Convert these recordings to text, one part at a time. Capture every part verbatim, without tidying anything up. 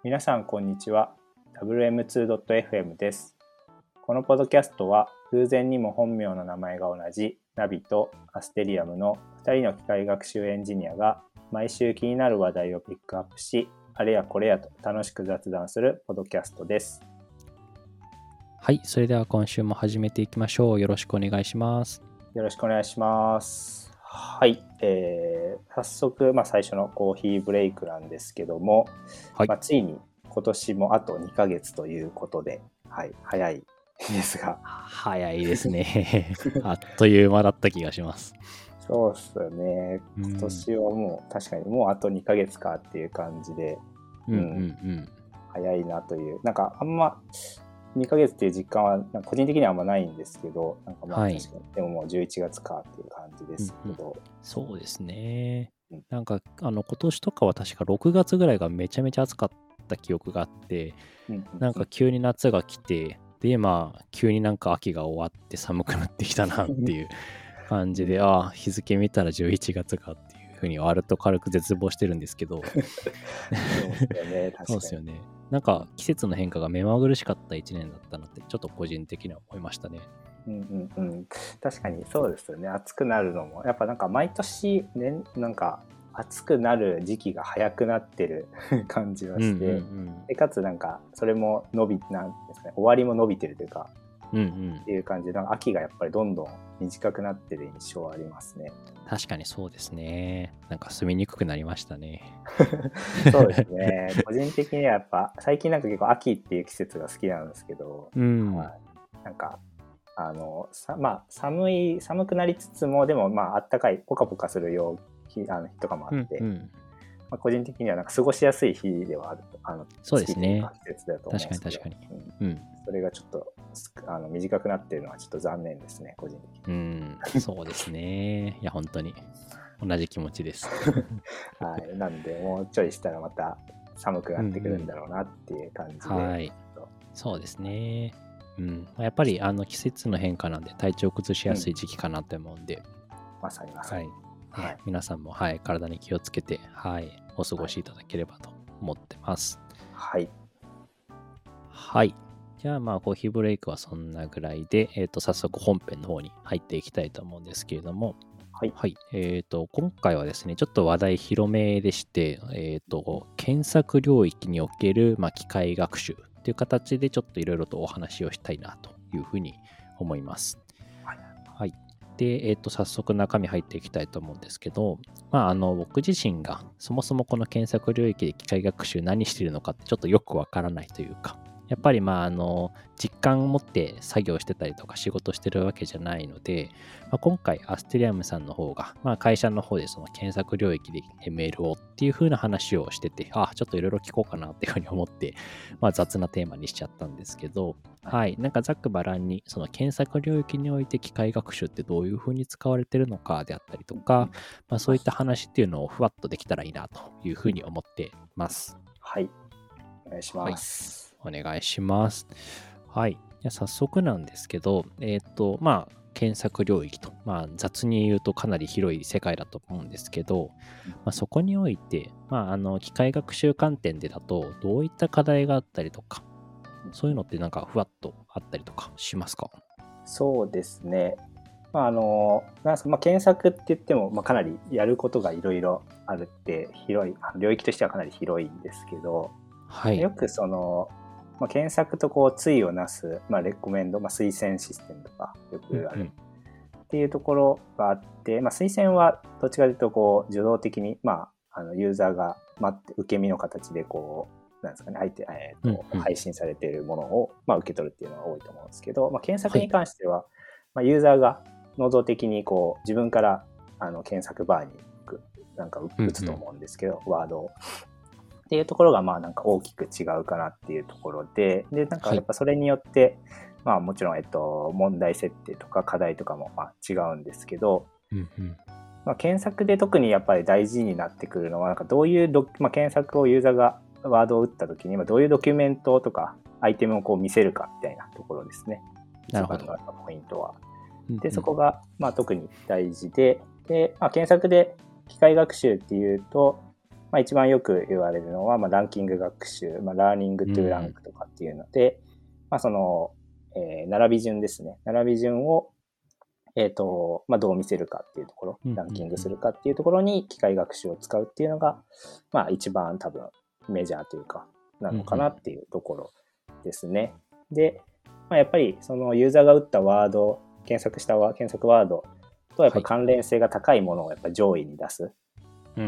皆さんこんにちは。 ダブリューエムツードットエフエム です。このポッドキャストは偶然にも本名の名前が同じナビとアステリアムのふたりの機械学習エンジニアが毎週気になる話題をピックアップし、あれやこれやと楽しく雑談するポッドキャストです。 はい、それでは今週も始めていきましょう。よろしくお願いします。 よろしくお願いします。はい、えー、早速、まあ、最初のコーヒーブレイクなんですけども、 はい、 まあ、ついに今年もあとにかげつということで、はい、早いですが早いですねあっという間だった気がします。 そうっすよね。今年はもう確かにもうあとにかげつかっていう感じで、 うんうんうん、 早いなという、なんかあんまにかげつっていう実感はなんか個人的にはあんまないんですけど、なんかまあ確かに、はい、でももうじゅういちがつかっていう感じですけど、 うんうん、そうですね、うん、なんかあの今年とかは確かろくがつぐらいがめちゃめちゃ暑かった記憶があって、うんうんうん、なんか急に夏が来て、でまあ急になんか秋が終わって寒くなってきたなっていう感じでああ日付見たらじゅういちがつかっていうふうに割と軽く絶望してるんですけどそうですよね。なんか季節の変化が目まぐるしかったいちねんだったなってちょっと個人的には思いましたね。 うんうんうん、確かにそうですよね。暑くなるのもやっぱなんか毎年ね、なんか暑くなる時期が早くなってる感じはして、うんうんうん、でかつなんかそれも伸びなんですかね、終わりも伸びてるというか、うんうん、っていう感じでなんか秋がやっぱりどんどん短くなってる印象はありますね。 確かにそうですね。なんか住みにくくなりましたねそうですね。個人的にはやっぱ最近なんか結構秋っていう季節が好きなんですけど、うん、まあ、なんかあのさまあ、寒い寒くなりつつもでもまあ暖かいポカポカする陽気あの日とかもあって、うんうん、まあ、個人的にはなんか過ごしやすい日ではあると、あのそうですね、 季節だと思うんですけど、 確かに確かに、 うんうん、それがちょっとあの短くなっているのはちょっと残念ですね、個人的に。 うん、そうですね。いや本当に同じ気持ちですはい、なんでもうちょいしたらまた寒くなってくるんだろうなっていう感じで、うんうん、はい、 そうですね。うん、やっぱりあの季節の変化なんで体調崩しやすい時期かなと思うんで、うん、 まさにまさに、 はいはい、皆さんも、はい、体に気をつけて、はい、お過ごしいただければと思ってます。 はい。 はい。じゃあまあコーヒーブレイクはそんなぐらいで、えー、と早速本編の方に入っていきたいと思うんですけれども、はい、はい、えー、と今回はですねちょっと話題広めでして、えー、と検索領域における、まあ、機械学習という形でちょっといろいろとお話をしたいなというふうに思います。はい、はい、で、えー、と早速中身入っていきたいと思うんですけど、まあ、あの僕自身がそもそもこの検索領域で機械学習何してるのかってちょっとよくわからないというか、やっぱりまああの実感を持って作業してたりとか仕事してるわけじゃないので、まあ、今回アステリアムさんの方が、まあ、会社の方でその検索領域で エムエル をっていう風な話をしてて、あちょっといろいろ聞こうかなっていうふうに思って、まあ、雑なテーマにしちゃったんですけど、はい、なんかざっくばらんにその検索領域において機械学習ってどういう風に使われてるのかであったりとか、まあ、そういった話っていうのをふわっとできたらいいなという風に思ってます。 はい、お願いします。 はい、お願いします。はい。じゃ早速なんですけど、えっと、まあ、検索領域と、まあ、雑に言うとかなり広い世界だと思うんですけど、まあ、そこにおいて、まあ、あの、機械学習観点でだと、どういった課題があったりとか、そういうのってなんかふわっとあったりとかしますか？ そうですね。まあ、あの、なんすか、まあ、検索って言っても、まあ、かなりやることがいろいろあるって広い、領域としてはかなり広いんですけど、はい、よくその、まあ、検索とこう対をなす、まあ、レコメンド、まあ、推薦システムとかよくあるっていうところがあって、まあ、推薦はどっちかというとこう受動的に、まあ、あのユーザーが待って受け身の形でこうなんですかね、入って、えーとうんうん、配信されているものを、まあ、受け取るっていうのが多いと思うんですけど、まあ、検索に関しては、はい、まあ、ユーザーが能動的にこう自分からあの検索バーになんか打つと思うんですけど、うんうん、ワードをっていうところがまあなんか大きく違うかなっていうところで、でなんかやっぱそれによって、はい、まあもちろんえっと問題設定とか課題とかもまあ違うんですけど、うんうん、まあ、検索で特にやっぱり大事になってくるのはなんかどういうド、まあ、検索をユーザーがワードを打った時にどういうドキュメントとかアイテムをこう見せるかみたいなところですね。 なるほど。 一番のポイントは。でそこがまあ特に大事で、で、まあ、検索で機械学習っていうと、 まあ、一番よく言われるのは、まあ、ランキング学習、まあ、ラーニングトゥーランクとかっていうので、うん、まあ、その、えー、並び順ですね。並び順を、えっと、まあ、どう見せるかっていうところ、ランキングするかっていうところに機械学習を使うっていうのが、まあ、一番多分メジャーというか、なのかなっていうところですね。で、まあ、やっぱりそのユーザーが打ったワード、検索したワ検索ワードとやっぱ関連性が高いものをやっぱ上位に出す。 うんうん、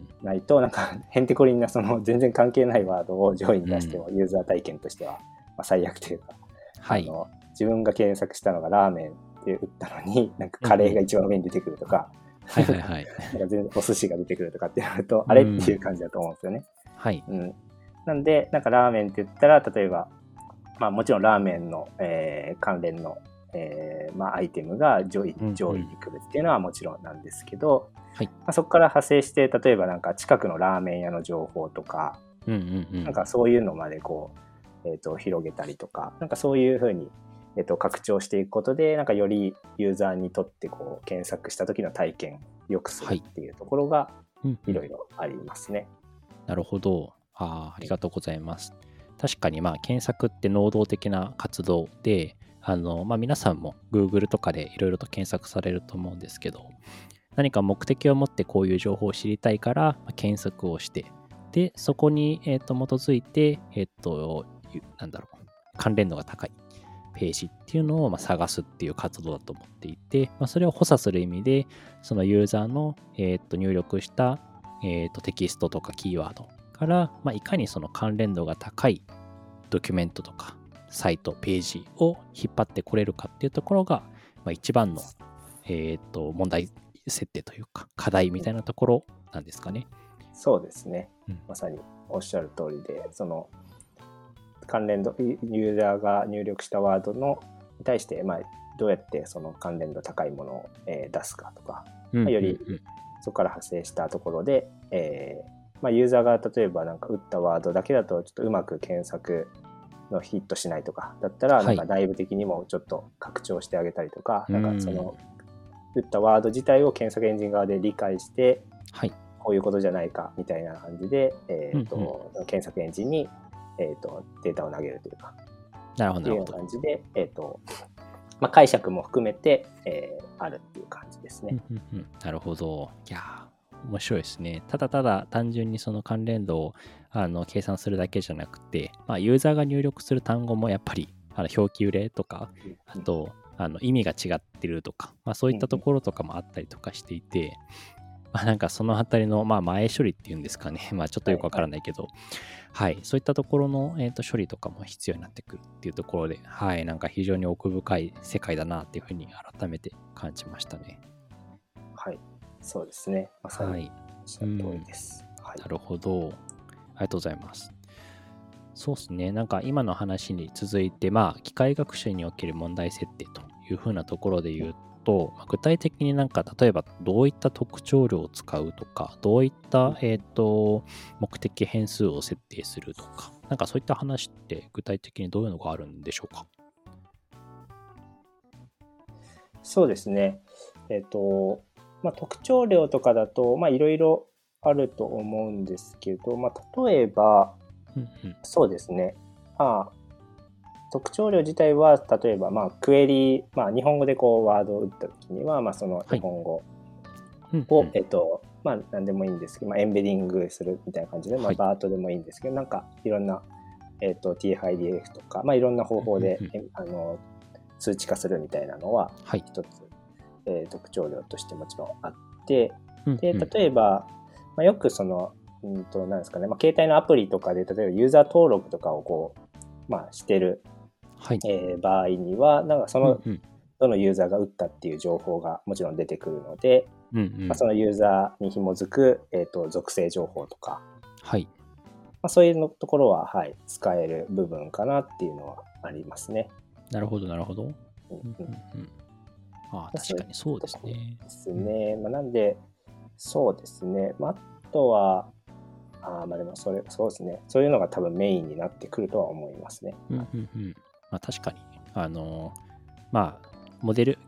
ないとなんかへんてこりんなその全然関係ないワードを上位に出してもユーザー体験としてはまあ最悪というか、 はい、 あの自分が検索したのがラーメンって打ったのになんかカレーが一番上に出てくるとか、 はいはいはい、 なんか全然お寿司が出てくるとかってなると、あれっていう感じだと思うんですよね。 はい、 うん、なんでなんかラーメンって言ったら例えば、まあ、もちろんラーメンの、えー、関連の、えーまあ、アイテムが上位、上位に来るっていうのはもちろんなんですけど、はい、まあ、そこから派生して例えばなんか近くのラーメン屋の情報とか、うんうんうん、なんかそういうのまでこう、えー、と広げたりとか、なんかそういうふうに、えー、と拡張していくことでなんかよりユーザーにとってこう検索した時の体験を良くするっていうところがいろいろありますね。 はい、うんうん、なるほど。あ、ありがとうございます。確かにまあ検索って能動的な活動で、あのまあ、皆さんも Google とかでいろいろと検索されると思うんですけど、何か目的を持ってこういう情報を知りたいから、まあ、検索をして、で、そこに、えー、と基づいて、えっ、ー、と、なんだろう、関連度が高いページっていうのをまあ探すっていう活動だと思っていて、まあ、それを補佐する意味で、そのユーザーの、えー、と入力した、えー、とテキストとかキーワードから、まあ、いかにその関連度が高いドキュメントとかサイト、ページを引っ張ってこれるかっていうところが、まあ、一番の、えー、と問題設定というか課題みたいなところなんですかね。 そうですね、うん、まさにおっしゃる通りで、その関連度ユーザーが入力したワードのに対して、まあ、どうやってその関連度高いものを、えー、出すかとか、うんうんうん、まあ、よりそこから派生したところで、えーまあ、ユーザーが例えばなんか打ったワードだけだとちょっとうまく検索のヒットしないとかだったら、なんか内部的にもちょっと拡張してあげたりとか、はい、なんかその打ったワード自体を検索エンジン側で理解して、はい、こういうことじゃないかみたいな感じで、えーとうんうん、検索エンジンに、えーと、データを投げるというか、 なるほど、 っていう感じで、えーとまあ、解釈も含めて、えー、あるっていう感じですね。 うんうんうん、なるほど。いや面白いですね。ただただ単純にその関連度をあの計算するだけじゃなくて、まあ、ユーザーが入力する単語もやっぱりあの表記揺れとか、あとあの意味が違ってるとか、まあ、そういったところとかもあったりとかしていて、まあ、なんかそのあたりの、まあ、前処理っていうんですかね、まあ、ちょっとよくわからないけど、はい、はい、そういったところの、えーと、処理とかも必要になってくるっていうところで、はい、なんか非常に奥深い世界だなっていうふうに改めて感じましたね。 はい、そうですね。まさにおっしゃる通りです。 はい、なるほど。ありがとうございます。そうですね。なんか今の話に続いて、まあ、機械学習における問題設定というふうなところで言うと、具体的になんか例えばどういった特徴量を使うとか、どういった、えーと、目的変数を設定するとか、なんかそういった話って具体的にどういうのがあるんでしょうか？ そうですね。えっと、まあ、特徴量とかだと、まあ、いろいろあると思うんですけど、まあ、例えば、うんうん、そうですね。まあ、特徴量自体は、例えば、まあ、クエリ、まあ、日本語でこう、ワードを打ったときには、まあ、その日本語を、はいうんうん、えっと、まあ、何でもいいんですけど、まあ、エンベディングするみたいな感じで、まあ、バートでもいいんですけど、はい、なんか、いろんな、えっと、ティーエフアイディーエフ とか、まあ、いろんな方法で、うんうん、あの、数値化するみたいなのは一つ、はいえー、特徴量としてもちろんあって、うんうん、で例えば、まあ、よくその、うんとなんですかね、まあ、携帯のアプリとかで例えばユーザー登録とかをこう、まあ、してる、はいえー、場合にはなんかその、うんうん、どのユーザーが打ったっていう情報がもちろん出てくるので、うんうんまあ、そのユーザーに紐づく、えーと、属性情報とか、はいまあ、そういうのところは、はい、使える部分かなっていうのはありますね。 なるほどなるほど。うんうんうん、ああ確かにそうですね。 ですね。うん、まあ、なんでそうですね。まあ、あとはあまあでもそれそうですね。そういうのが多分メインになってくるとは思いますね。 うんうんうん。まあ確かにあのまあモデル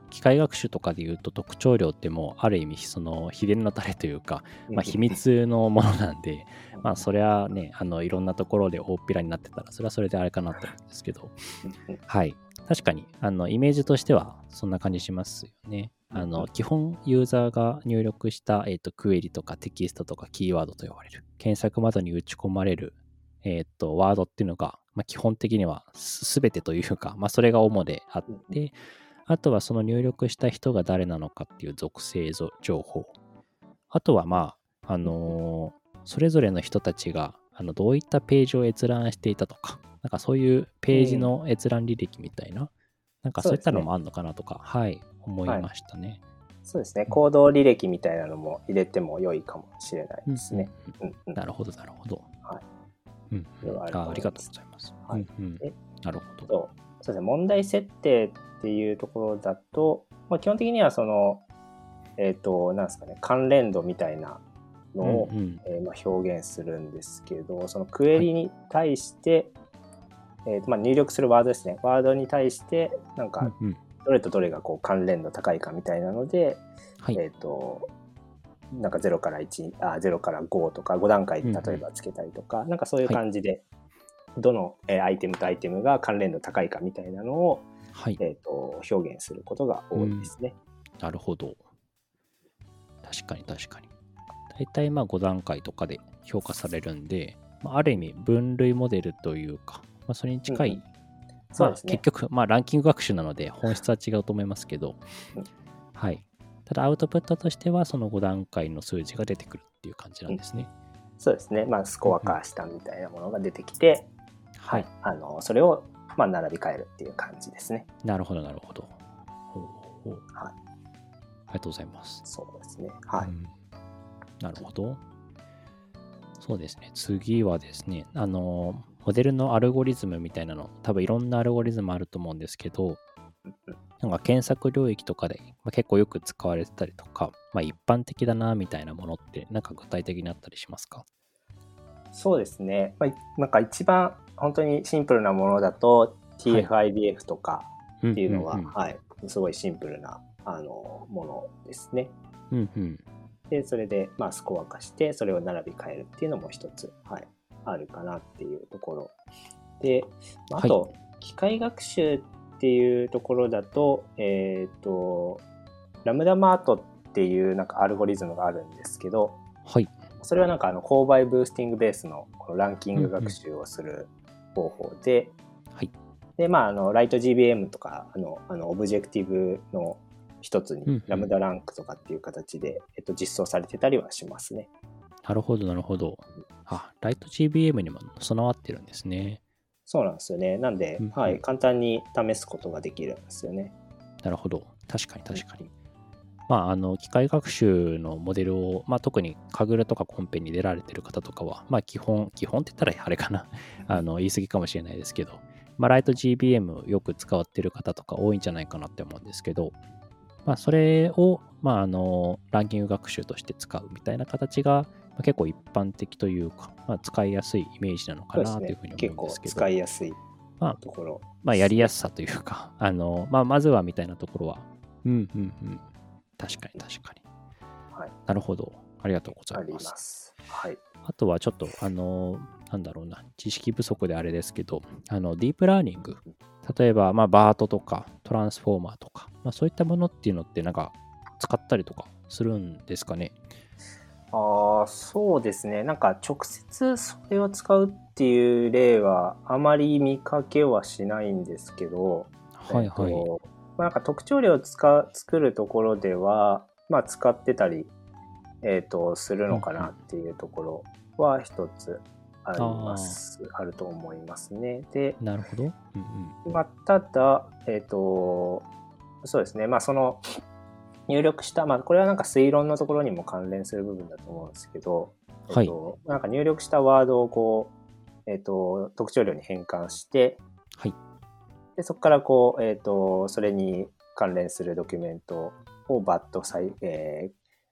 機械学習とかで言うと特徴量ってもうある意味その秘伝のタレというか、まあ、秘密のものなんでまあそれはねあのいろんなところで大っぴらになってたらそれはそれであれかなと思うんですけどはい確かにあのイメージとしてはそんな感じしますよね。あの基本ユーザーが入力した、えーと、クエリとかテキストとかキーワードと呼ばれる検索窓に打ち込まれる、えーと、ワードっていうのが、まあ、基本的にはすべてというか、まあ、それが主であってあとはその入力した人が誰なのかっていう属性情報あとはまああのー、それぞれの人たちがあのどういったページを閲覧していたとかなんかそういうページの閲覧履歴みたいな、うん、なんかそういったのもあるのかなとか、ね、はい思いましたね、はい、 そうですね行動履歴みたいなのも入れても良いかもしれないですね、 うんうんうん、なるほどなるほど、はいうんうん、あ, ありがとうございます、はいうんうん、なるほどそうそうですね問題設定っていうところだと、まあ、基本的にはそのえっとなんですかね関連度みたいなのを、うんうんえーまあ、表現するんですけどそのクエリに対して、はいえーとまあ、入力するワードですねワードに対してなんかどれとどれがこう関連度高いかみたいなので、はい、えっとなんかゼロからいちあゼロからごとかご段階例えばつけたりとか、うんうん、なんかそういう感じで、はい、どの、えー、アイテムとアイテムが関連度高いかみたいなのを、はいえー、と表現することが多いですね、 うん、なるほど確かに確かに大体まあご段階とかで評価されるんで、まあ、ある意味分類モデルというか、まあ、それに近い、うんうんまあ、ね、結局、まあ、ランキング学習なので本質は違うと思いますけど、うん、はいただアウトプットとしてはそのご段階の数字が出てくるっていう感じなんですね、 うん、そうですねまあスコア化したみたいなものが出てきて、うんうん、はい、あのそれをまあ並び替えるっていう感じですねなるほどなるほどほうほう、はい、ありがとうございますそうですねはい、うん、 なるほどそうですね次はですねあのモデルのアルゴリズムみたいなの多分いろんなアルゴリズムあると思うんですけどなんか検索領域とかで、まあ、結構よく使われてたりとか、まあ、一般的だなみたいなものってなんか具体的にあったりしますか？ そうですね、まあ、なんか一番本当にシンプルなものだと ティーエフアイビーエフ とかっていうのは、はいうんうんうんはい、すごいシンプルなあのものですね、 うんうん、 でそれでまあスコア化してそれを並び替えるっていうのも一つ、はい、あるかなっていうところで、あと、はい、機械学習っていうところだと、えっと、ラムダマートっていうなんかアルゴリズムがあるんですけど、 はい、 それはなんかあの購買ブースティングベースのこのランキング学習をする方法で、うんうんはい、でまああのライト ジービーエム とかあのあのオブジェクティブの一つにラムダランクとかっていう形で、うんうんえっと、実装されてたりはしますね。 なるほどなるほど。あ、ライト ジービーエム にも備わってるんですね。 そうなんですよね。なんで、うんうんはい、簡単に試すことができるんですよね。 なるほど。確かに確かに。うん、まあ、あの、機械学習のモデルを、まあ、特にカグルとかコンペに出られてる方とかは、まあ、基本、基本って言ったらあれかな。あの、言い過ぎかもしれないですけど、まあ、ライト ジービーエム よく使ってる方とか多いんじゃないかなって思うんですけど、まあ、それを、まあ、あの、ランキング学習として使うみたいな形が、まあ、結構一般的というか、まあ、使いやすいイメージなのかなというふうに思うんですけど。 結構使いやすいところ、 まあ、まあ、やりやすさというか、あの、まあ、まずはみたいなところは、うんうんうん。確かに確かに。はい。なるほど。ありがとうございます。あります。 はい。 あとはちょっと、あの、なんだろうな、知識不足であれですけど、あの、ディープラーニング。例えば、まあ、バートとか、トランスフォーマーとか、まあ、そういったものっていうのって、なんか、使ったりとかするんですかね。 ああ、そうですね。なんか、直接それを使うっていう例は、あまり見かけはしないんですけど、 はいはい。えっとまあ、なんか特徴量を使う作るところでは、まあ、使ってたり、えー、とするのかなっていうところは一つありますあると思いますね。で、 なるほど。うんうんまあ、ただ、えっ、ー、とそうですね、まあその入力した、まあこれはなんか推論のところにも関連する部分だと思うんですけど、 はい、 えーとなんか入力したワードをこう、えー、と特徴量に変換して、 はい、 でそこからこう、えー、とそれに関連するドキュメントをバッと再、えー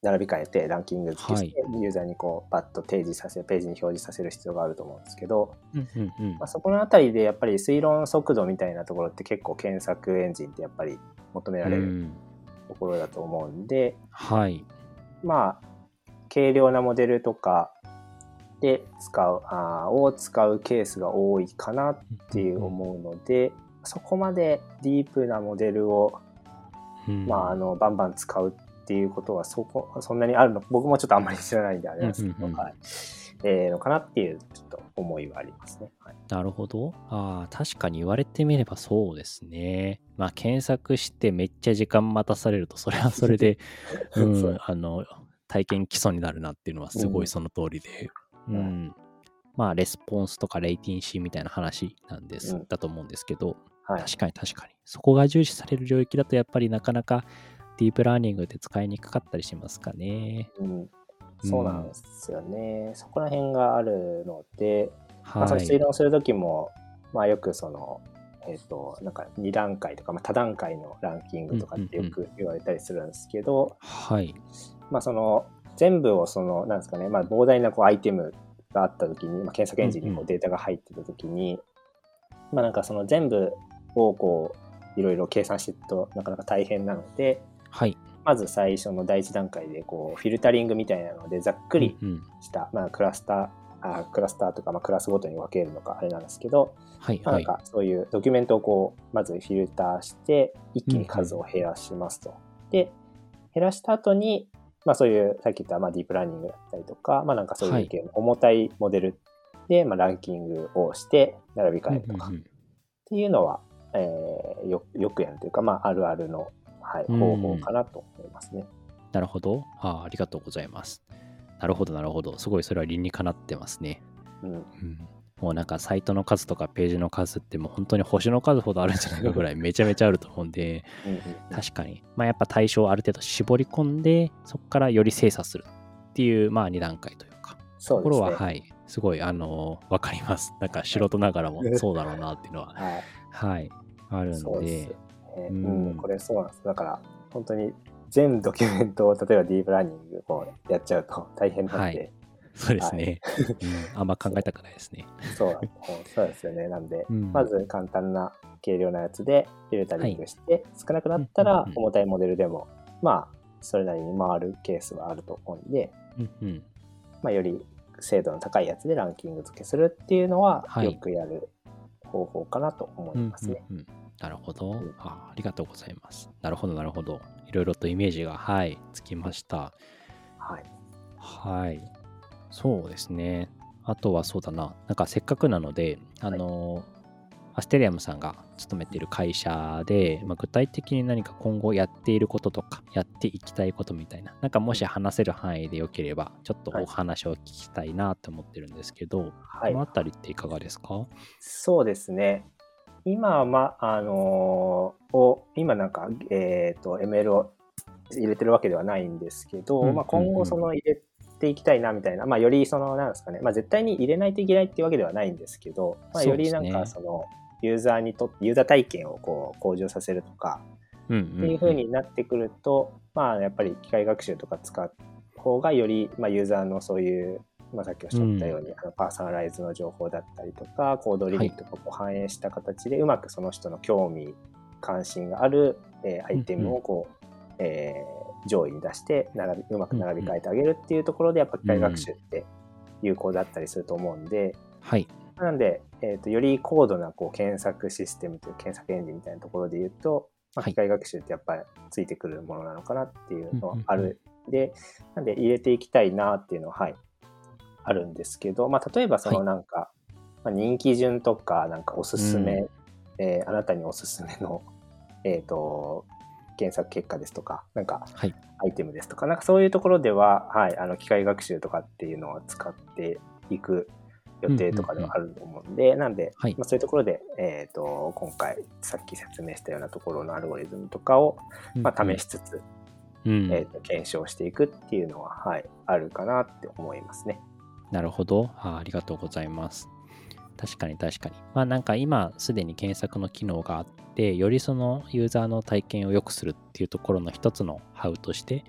並び替えてランキング付けして、 はい、 ユーザーにこうパッと提示させる、ページに表示させる必要があると思うんですけど、 うんうんうんまあ、そこのあたりでやっぱり推論速度みたいなところって結構検索エンジンってやっぱり求められるところだと思うんで、 はい、 まあ軽量なモデルとかで使うあを使うケースが多いかなっていう思うので、そこまでディープなモデルを、うん、まあ、あのバンバン使うっていうことはそこそんなにあるの、僕もちょっとあんまり知らないんであれなんですけど、うんうんうん、はい、えー、のかなっていうちょっと思いはありますね。はい、 なるほど。ああ、確かに言われてみればそうですね。まあ検索してめっちゃ時間待たされるとそれはそれで、うん、あの体験基礎になるなっていうのはすごいその通りで、うん、うん、まあレスポンスとかレイティンシーみたいな話なんです、うん、だと思うんですけど、はい、確かに確かにそこが重視される領域だとやっぱりなかなかディープラーニングって使いにくかったりしますかね。 うん、そうなんですよね、うん、そこら辺があるので、はい、まあ、その推論するときも、まあ、よくその、えーと、なんかに段階とか、まあ、多段階のランキングとかってよく言われたりするんですけど、うんうんうん、 はい、 まあ、その全部をそのなんですかね、まあ、膨大なこうアイテムがあったときに、まあ、検索エンジンにこうデータが入ってたときに、うんうん、まあ、なんかその全部をこういろいろ計算していくとなかなか大変なので、 はい、 まず最初の第一段階でこうフィルタリングみたいなのでざっくりした、うんうん、まあ、クラスターあクラスターとか、まあ、クラスごとに分けるのかあれなんですけど、はいはい、まあ、なんかそういうドキュメントをこうまずフィルターして一気に数を減らしますと、うんうん、で減らした後に、まあ、そういうさっき言ったまあディープラーニングだったりとか、まあ、なんかそういう系の重たいモデルで、まあ、ランキングをして並び替えるとかっていうのは、えー、よ, よくやるというか、まあ、あるあるの、はい、方法かなと思いますね。 なるほど。あ、ありがとうございます。なるほど、なるほど。すごいそれは理にかなってますね。うんうん、もうなんかサイトの数とかページの数ってもう本当に星の数ほどあるんじゃないかぐらいめちゃめちゃあると思うんで、うんうんうん、確かに。まあやっぱ対象をある程度絞り込んで、そこからより精査するっていう、まあに段階というか、 そうですね、 ところは、はい、すごい、あのー、わかります。なんか素人ながらもそうだろうなっていうのは、はい、はい、あるんで。 そうですね、うん、うん、これそうなんです。だから本当に全ドキュメントを例えばディープラーニングをやっちゃうと大変なんで、はい、 そうですね、はいうん、あんま考えたくないですね。 そうそうですよね。なんで、うん、まず簡単な軽量なやつでフィルタリングして、はい、少なくなったら重たいモデルでも、うんうんうん、まあそれなりに回るケースはあると思うんで、うんうんまあ、より精度の高いやつでランキング付けするっていうのはよくやる方法かなと思いますね。 うんうんうん、なるほど、うん、あ。ありがとうございます。なるほどなるほど。いろいろとイメージがはいつきました。 はい。 はい。そうですね。あとはそうだな。なんかせっかくなので、あの、はい、アステリアムさんが勤めている会社で、まあ、具体的に何か今後やっていることとか、やっていきたいことみたいな、なんかもし話せる範囲でよければ、ちょっとお話を聞きたいなと思ってるんですけど、はい、このあたりっていかがですか？ そうですね。今は、まあのー、を今なんか、えーと、エムエル を入れてるわけではないんですけど、うんうんうん、まあ、今後その入れていきたいなみたいな、まあ、よりそのなんですかね、まあ、絶対に入れないといけないっていうわけではないんですけど、まあ、よりなんかそのユーザーにとってユーザー体験をこう向上させるとかっていう風になってくると、うんうんうん、まあやっぱり機械学習とか使う方がより、まあ、ユーザーのそういう、まあ、さっきおっしゃったように、うん、あのパーソナライズの情報だったりとかコードリリックとかを反映した形で、うまくその人の興味関心がある、えー、アイテムをこう、うんうんえー、上位に出して並びうまく並び替えてあげるっていうところでやっぱ機械学習って有効だったりすると思うんで、 はい、 なんで、えーと、より高度なこう検索システムという検索エンジンみたいなところで言うと、まあ、機械学習ってやっぱりついてくるものなのかなっていうのはある、うん、でなんで入れていきたいなっていうのは、はい、あるんですけど、まあ、例えばそのなんか、はいまあ、人気順とかなんかおすすめ、うんえー、あなたにおすすめの、えーと検索結果ですとかなんかアイテムですとか、はい、なんかそういうところでは、はい、あの機械学習とかっていうのを使っていく予定とかではあると思うんで、うんうんうん、なんで、はいまあ、そういうところで、えーと、今回さっき説明したようなところのアルゴリズムとかを、まあ、試しつつ、うんうんえーと、検証していくっていうのは、はい、あるかなって思いますね。 なるほど。あ、ありがとうございます。確かに確かに。まあなんか今すでに検索の機能があって、よりそのユーザーの体験を良くするっていうところの一つのハウとして、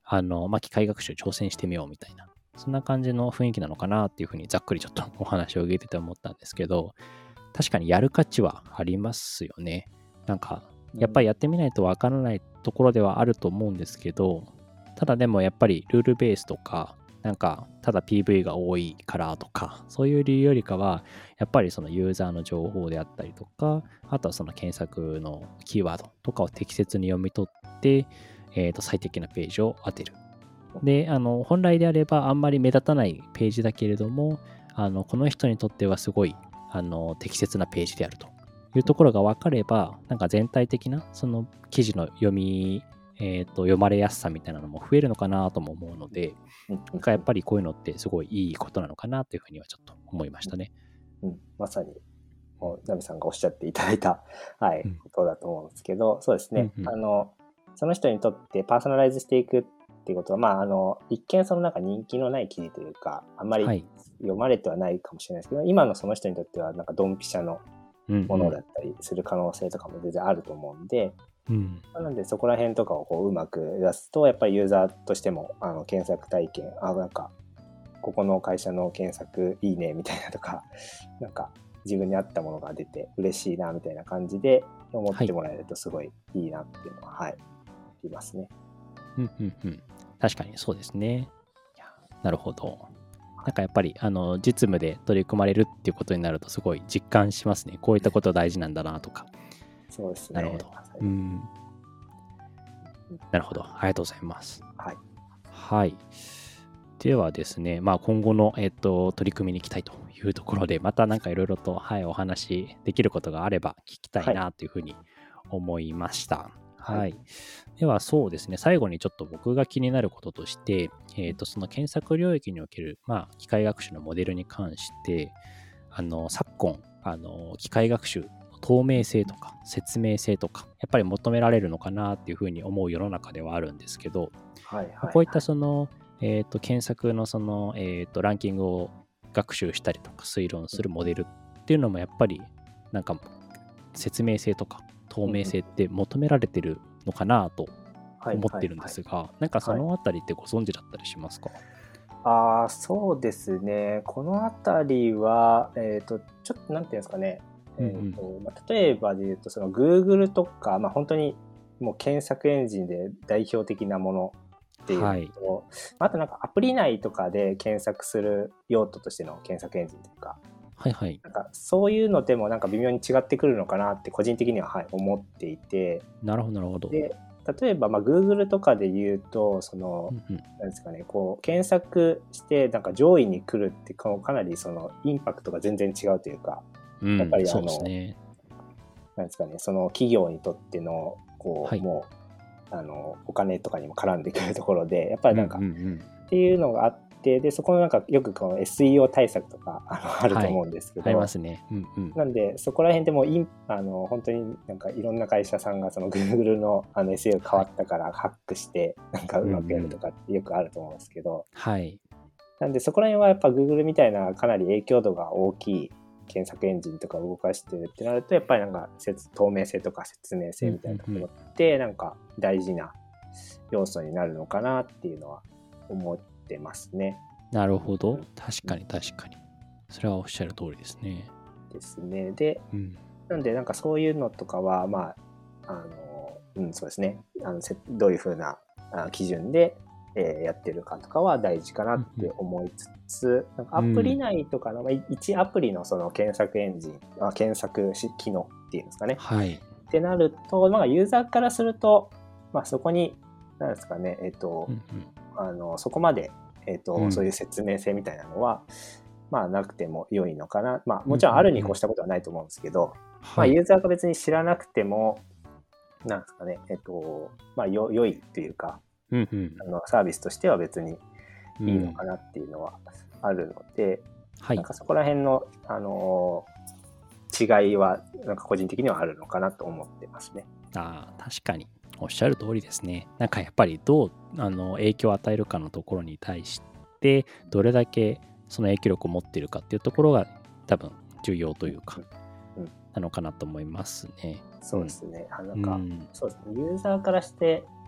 あの、まあ、機械学習挑戦してみようみたいな、そんな感じの雰囲気なのかなっていうふうにざっくりちょっとお話を受けてて思ったんですけど、確かにやる価値はありますよね。なんか、やっぱりやってみないとわからないところではあると思うんですけど、ただでもやっぱりルールベースとか、なんか、ただ ピーブイ が多いからとか、そういう理由よりかは、やっぱりそのユーザーの情報であったりとか、あとはその検索のキーワードとかを適切に読み取って、えーと、最適なページを当てる。で、あの、本来であればあんまり目立たないページだけれども、あの、この人にとってはすごい、あの、適切なページであるというところが分かれば、なんか全体的なその記事の読み、えーと、読まれやすさみたいなのも増えるのかなとも思うので、なんかやっぱりこういうのってすごいいいことなのかなというふうにはちょっと思いましたね。 うん、まさに、ナミさんがおっしゃっていただいた、はい、うん、ことだと思うんですけど、そうですね、うんうん、あの、その人にとってパーソナライズしていくっていうことは、まあ、あの、一見そのなんか人気のない記事というか、あんまり読まれてはないかもしれないですけど、はい、今のその人にとってはなんかドンピシャのものだったりする可能性とかも全然あると思うんで、うん、なのでそこら辺とかをこううまく出すと、やっぱりユーザーとしてもあの検索体験、あ、なんかここの会社の検索いいねみたいなとか、なんか自分に合ったものが出て嬉しいなみたいな感じで思ってもらえるとすごいいいなっていうのは、はい、はい、ありますね。 うんうんうん。確かにそうですね。いや、なるほど。なんかやっぱりあの実務で取り組まれるっていうことになるとすごい実感しますね。こういったこと大事なんだなとか。 そうですね。 なるほど。うん。なるほど。ありがとうございます。 はい。 はい。ではですね、まあ、今後の、えっと、取り組みに行きたいというところで、またなんかいろいろと、はい、お話できることがあれば聞きたいなというふうに思いました。はい。はい、ではそうですね、最後にちょっと僕が気になることとして、えっと、その検索領域における、まあ、機械学習のモデルに関して、あの、昨今、あの、機械学習の透明性とか説明性とか、やっぱり求められるのかなっていうふうに思う世の中ではあるんですけど、はいはいはい、こういったその、えーと、検索のその、えーと、ランキングを学習したりとか推論するモデルっていうのもやっぱりなんか説明性とか透明性って求められてるのかなと思ってるんですが、はいはいはい、なんかそのあたりってご存知だったりしますか？はい、 ああ、そうですね。このあたりは、えっと、ちょっとなんていうんですかね。えーとまあ、例えばで言うと、その Google とか、まあ、本当にもう検索エンジンで代表的なものっていうのと、はい、あとなんかアプリ内とかで検索する用途としての検索エンジンというか、 はいはい、 なんかそういうのでもなんか微妙に違ってくるのかなって個人的には、はい、思っていて。 なるほどなるほど。 で例えばまあ Google とかで言うとその、うんうん、なんですかね、こう検索してなんか上位に来るってかなりそのインパクトが全然違うというか、うん、やっぱりあの、そうですね、なんですかね、その企業にとってのこう、はい、もうあのお金とかにも絡んでくるところでやっぱりなんか、うんうんうん、っていうのがあって、でそこのなんかよくこの エスイーオー 対策とかあのあると思うんですけど、 はい、ありますね、うんうん、 なんでそこら辺でもインあの本当になんかいろんな会社さんがその Google の, あの エスイーオー 変わったからハックしてなんかうまくやるとかってよくあると思うんですけど、 はい、 なんでそこら辺はやっぱ Google みたいなかなり影響度が大きい検索エンジンとかを動かしてるってなると、やっぱりなんか透明性とか説明性みたいなところってなんか大事な要素になるのかなっていうのは思ってますね。 なるほど、確かに確かに、それはおっしゃる通りですね。 ですね。で、うん、なんでなんかそういうのとかはまああの、うん、そうですね、あのどういうふうな基準で、えー、やってるかとかは大事かなって思いつつ、うん、なんかアプリ内とかの、うん、いちアプリのその検索エンジン、あ、検索機能っていうんですかね、 はい、 ってなると、まあ、ユーザーからすると、まあ、そこに何ですかね、えっと、うんうん、あのそこまで、えっとうん、そういう説明性みたいなのはまあなくても良いのかな。まあもちろんあるに越したことはないと思うんですけど、うんうんうん、まあユーザーが別に知らなくても、なんですかね、えっと、まあよ良いというか、うんうん、あのサービスとしては別にいいのかなっていうのはあるので、うん、なんかそこら辺の、あのー、違いはなんか個人的にはあるのかなと思ってますね。 ああ、確かにおっしゃる通りですね。なんかやっぱりどうあの影響を与えるかのところに対してどれだけその影響力を持っているかっていうところが多分重要というか、うんうん、なのかなと思いますね。 そうですね。あなんか、うん、そうですね。ユーザーからして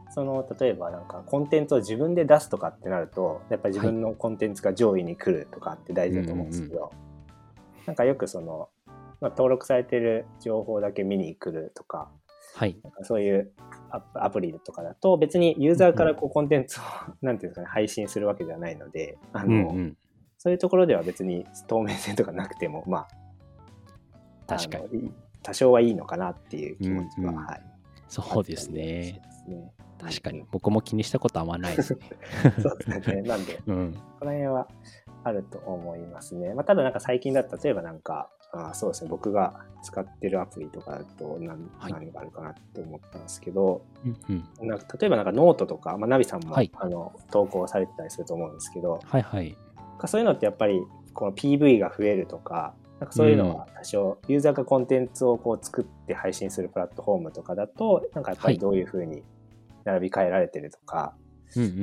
その例えばなんかコンテンツを自分で出すとかってなるとやっぱり自分のコンテンツが上位に来るとかって大事だと思うんですけど、はい、なんかよくその、まあ、登録されてる情報だけ見に来るとか、 はい、 なんかそういうアプリとかだと別にユーザーからこうコンテンツを、うん、なんていうんですかね、配信するわけではないので、あの、うんうん、そういうところでは別に透明性とかなくてもまあ確かに多少はいいのかなっていう気持ちは、うんうん、はい、 そうですね。確かに僕も気にしたことあんまないですね。 そうですね。なんで、うん、この辺はあると思いますね。まあ、ただなんか最近だと例えばなんかあそうですね、僕が使ってるアプリとかだと 何,、はい、何があるかなって思ったんですけど、うんうん、なんか例えばなんかノートとか、まあ、ナビさんも、はい、あの投稿されてたりすると思うんですけど、 はいはい、 そういうのってやっぱりこの ピーブイ が増えるとか、なんかそういうのは多少、ユーザーがコンテンツをこう作って配信するプラットフォームとかだと、なんかやっぱりどういうふうに並び替えられてるとか、 うんうんうん、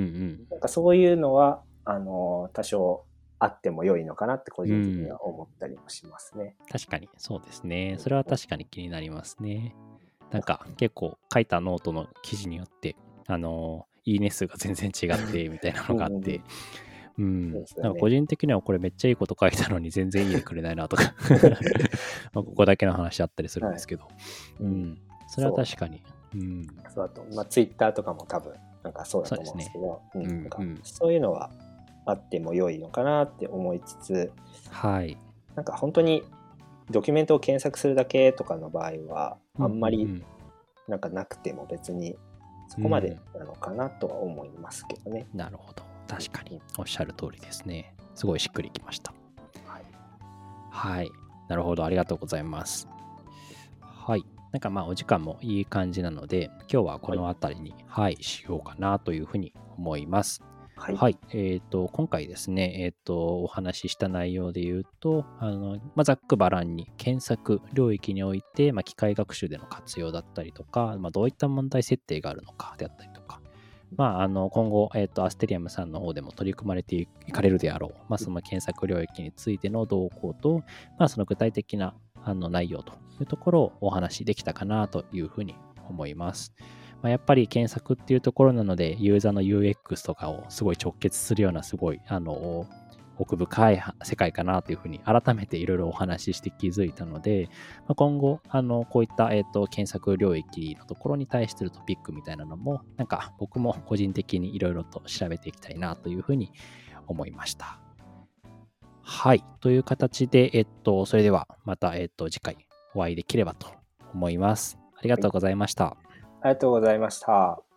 なんかそういうのはあの多少あっても良いのかなって個人的には思ったりもしますね。 うん、確かにそうですね。それは確かに気になりますね。なんか結構書いたノートの記事によってあのいいね数が全然違ってみたいなのがあってうん、うん、なんか個人的にはこれめっちゃいいこと書いたのに全然いいねくれないなとかまあここだけの話あったりするんですけど、はい、うん、それは確かに。うん、 そうだと、まあ、ツイッターとかも多分なんかそうだと思うんですけど、そうですね、うん、なんかそういうのはあっても良いのかなって思いつつ、 はい、 なんか本当にドキュメントを検索するだけとかの場合はあんまりなんかなくても別にそこまでなのかなとは思いますけどね。 うん、なるほど、確かにおっしゃる通りですね。すごいしっくりきました。はい、はい、なるほど、ありがとうございます。はい。なんかまあお時間もいい感じなので、今日はこの辺りに、はい、はい、しようかなというふうに思います。はい。はい、えっ、ー、と、今回ですね、えっ、ー、と、お話しした内容で言うと、あの、まあ、ざっくばらんに検索領域において、まあ、機械学習での活用だったりとか、まあ、どういった問題設定があるのかであったりとか、まあ、あの今後、えーと、アステリアムさんの方でも取り組まれていかれるであろう、まあ、その検索領域についての動向と、まあ、その具体的なあの内容というところをお話しできたかなというふうに思います。まあ、やっぱり検索っていうところなので、ユーザーの ユーエックス とかをすごい直結するようなすごいあの奥深い世界かなというふうに改めていろいろお話しして気づいたので、まあ、今後あのこういった、えーと、検索領域のところに対してのトピックみたいなのもなんか僕も個人的にいろいろと調べていきたいなというふうに思いました。はい。という形で、えっと、それではまた、えっと、次回お会いできればと思います。ありがとうございました。はい、 ありがとうございました。